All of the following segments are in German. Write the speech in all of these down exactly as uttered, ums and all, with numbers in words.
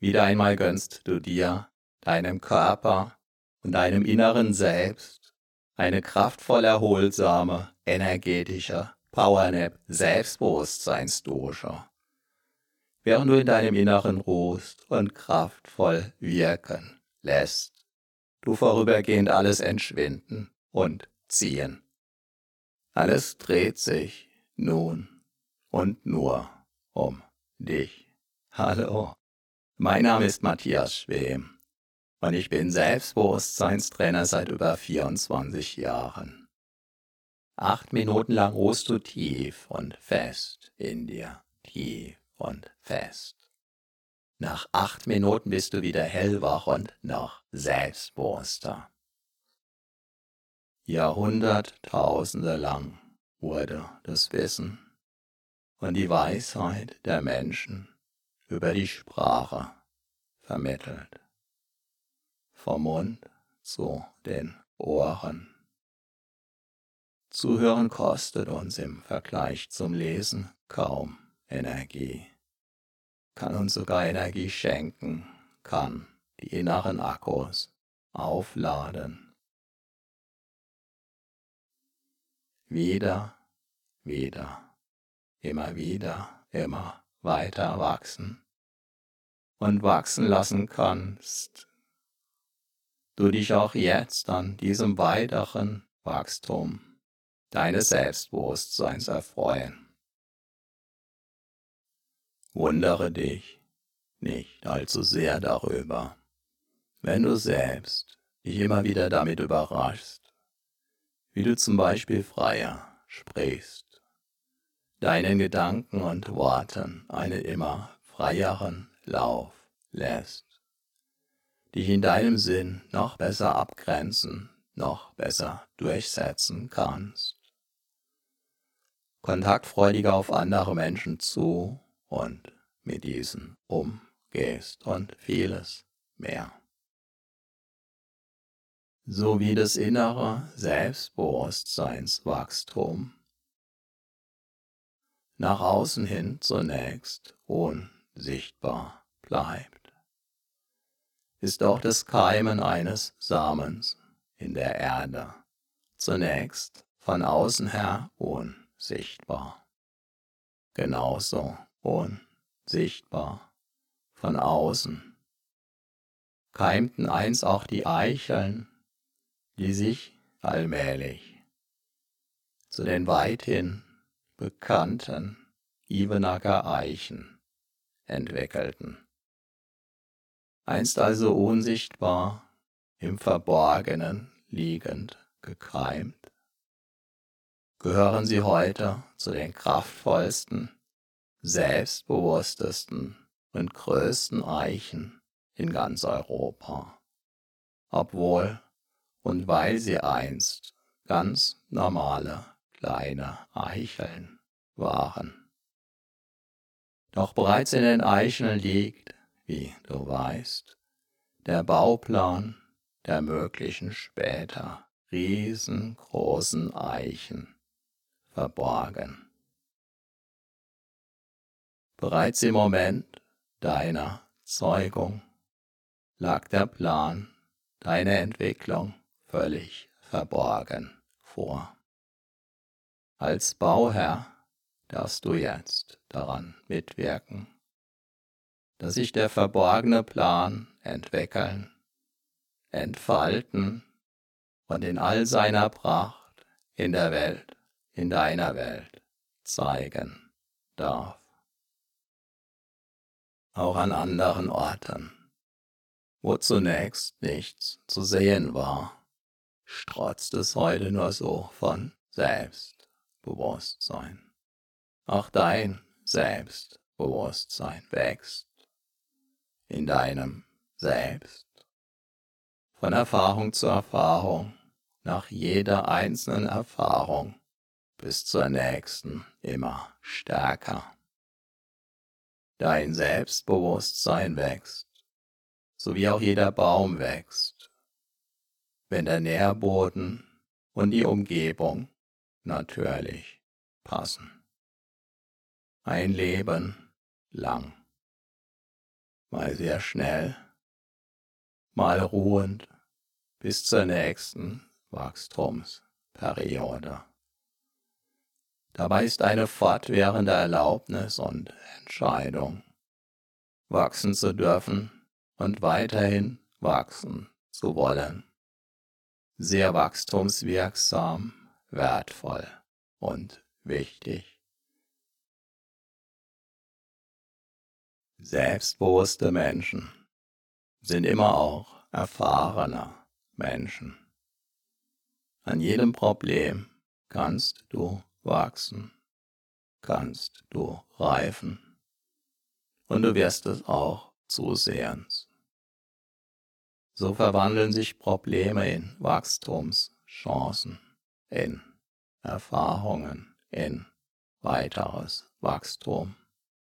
Wieder einmal gönnst du dir, deinem Körper und deinem inneren Selbst eine kraftvoll erholsame, energetische Powernap Selbstbewusstseinsdusche, während du in deinem Inneren ruhst und kraftvoll wirken lässt, du vorübergehend alles entschwinden und ziehen. Alles dreht sich nun und nur um dich. Hallo, mein Name ist Matthias Schwem und ich bin Selbstbewusstseinstrainer seit über vierundzwanzig Jahren. Acht Minuten lang ruhst du tief und fest in dir, tief und fest. Nach acht Minuten bist du wieder hellwach und noch selbstbewusster. Jahrhunderttausende lang wurde das Wissen und die Weisheit der Menschen über die Sprache vermittelt. Vom Mund zu den Ohren. Zuhören kostet uns im Vergleich zum Lesen kaum Energie, kann uns sogar Energie schenken, kann die inneren Akkus aufladen. Wieder, wieder, immer wieder, immer weiter wachsen und wachsen lassen kannst du dich auch jetzt an diesem weiteren Wachstum deines Selbstbewusstseins erfreuen. Wundere dich nicht allzu sehr darüber, wenn du selbst dich immer wieder damit überraschst, wie du zum Beispiel freier sprichst, deinen Gedanken und Worten einen immer freieren Lauf lässt, dich in deinem Sinn noch besser abgrenzen, noch besser durchsetzen kannst, kontaktfreudiger auf andere Menschen zu und mit diesen umgehst und vieles mehr. Sowie das innere Selbstbewusstseinswachstum nach außen hin zunächst unsichtbar bleibt, ist auch das Keimen eines Samens in der Erde zunächst von außen her unsichtbar. Genauso unsichtbar von außen keimten einst auch die Eicheln, die sich allmählich zu den weithin bekannten Ivenacker Eichen entwickelten. Einst also unsichtbar, im Verborgenen liegend gekeimt, gehören sie heute zu den kraftvollsten, selbstbewusstesten und größten Eichen in ganz Europa, obwohl und weil sie einst ganz normale kleine Eicheln waren. Doch bereits in den Eicheln liegt, wie du weißt, der Bauplan der möglichen später riesengroßen Eichen verborgen. Bereits im Moment deiner Zeugung lag der Plan deiner Entwicklung völlig verborgen vor. Als Bauherr darfst du jetzt daran mitwirken, dass sich der verborgene Plan entwickeln, entfalten und in all seiner Pracht in der Welt, in deiner Welt zeigen darf. Auch an anderen Orten, wo zunächst nichts zu sehen war, strotzt es heute nur so von Selbstbewusstsein. Auch dein Selbstbewusstsein wächst in deinem Selbst, von Erfahrung zu Erfahrung, nach jeder einzelnen Erfahrung bis zur nächsten immer stärker. Dein Selbstbewusstsein wächst, so wie auch jeder Baum wächst, wenn der Nährboden und die Umgebung natürlich passen. Ein Leben lang. mal sehr schnell, mal ruhend bis zur nächsten Wachstumsperiode. Dabei ist eine fortwährende Erlaubnis und Entscheidung, wachsen zu dürfen und weiterhin wachsen zu wollen, sehr wachstumswirksam, wertvoll und wichtig. Selbstbewusste Menschen sind immer auch erfahrene Menschen. An jedem Problem kannst du wachsen, kannst du reifen und du wirst es auch zusehends. So verwandeln sich Probleme in Wachstumschancen, in Erfahrungen, in weiteres Wachstum.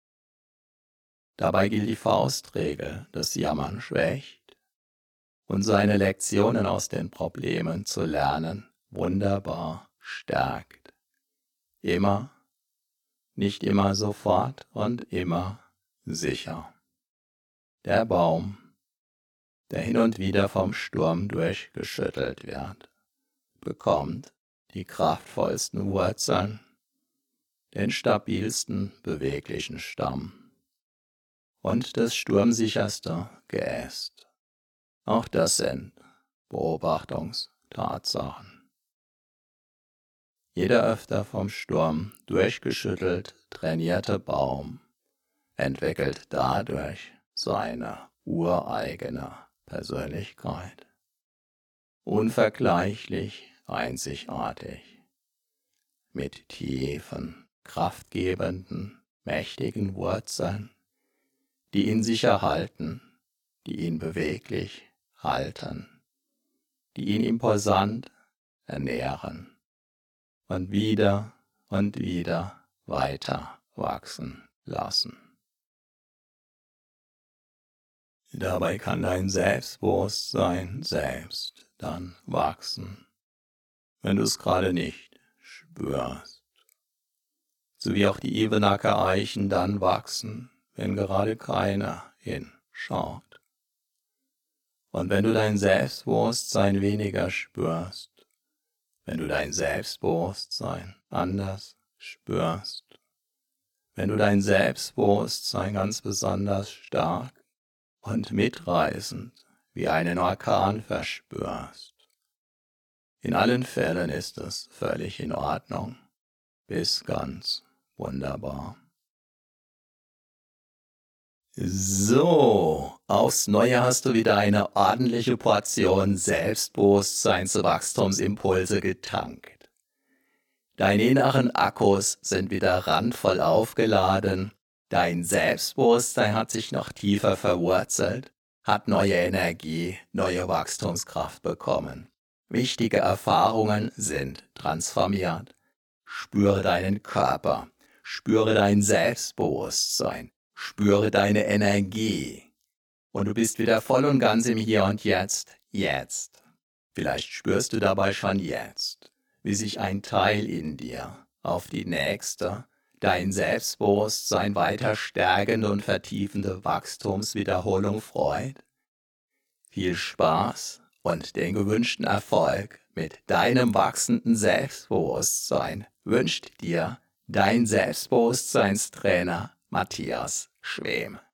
Dabei gilt die Faustregel, dass Jammern schwächt und seine Lektionen aus den Problemen zu lernen wunderbar stärkt. Immer, nicht immer sofort und immer sicher. Der Baum, der hin und wieder vom Sturm durchgeschüttelt wird, bekommt die kraftvollsten Wurzeln, den stabilsten beweglichen Stamm und das sturmsicherste Geäst. Auch das sind Beobachtungstatsachen. Jeder öfter vom Sturm durchgeschüttelt trainierte Baum entwickelt dadurch seine ureigene Persönlichkeit. Unvergleichlich einzigartig, mit tiefen, kraftgebenden, mächtigen Wurzeln, die ihn sicher halten, die ihn beweglich halten, die ihn imposant ernähren und wieder und wieder weiter wachsen lassen. Dabei kann dein Selbstbewusstsein selbst dann wachsen, wenn du es gerade nicht spürst. So wie auch die Ebenacker Eichen dann wachsen, wenn gerade keiner hinschaut. Und wenn du dein Selbstbewusstsein weniger spürst, wenn du dein Selbstbewusstsein anders spürst, wenn du dein Selbstbewusstsein ganz besonders stark und mitreißend wie einen Orkan verspürst. In allen Fällen ist es völlig in Ordnung, bis ganz wunderbar. So, aufs Neue hast du wieder eine ordentliche Portion Selbstbewusstseinswachstumsimpulse getankt. Deine inneren Akkus sind wieder randvoll aufgeladen, dein Selbstbewusstsein hat sich noch tiefer verwurzelt, hat neue Energie, neue Wachstumskraft bekommen. Wichtige Erfahrungen sind transformiert. Spüre deinen Körper, spüre dein Selbstbewusstsein, spüre deine Energie. Und du bist wieder voll und ganz im Hier und Jetzt, jetzt. Vielleicht spürst du dabei schon jetzt, wie sich ein Teil in dir auf die nächste, dein Selbstbewusstsein weiter stärkende und vertiefende Wachstumswiederholung freut. Viel Spaß und den gewünschten Erfolg mit deinem wachsenden Selbstbewusstsein wünscht dir dein Selbstbewusstseinstrainer Matthias Schwem.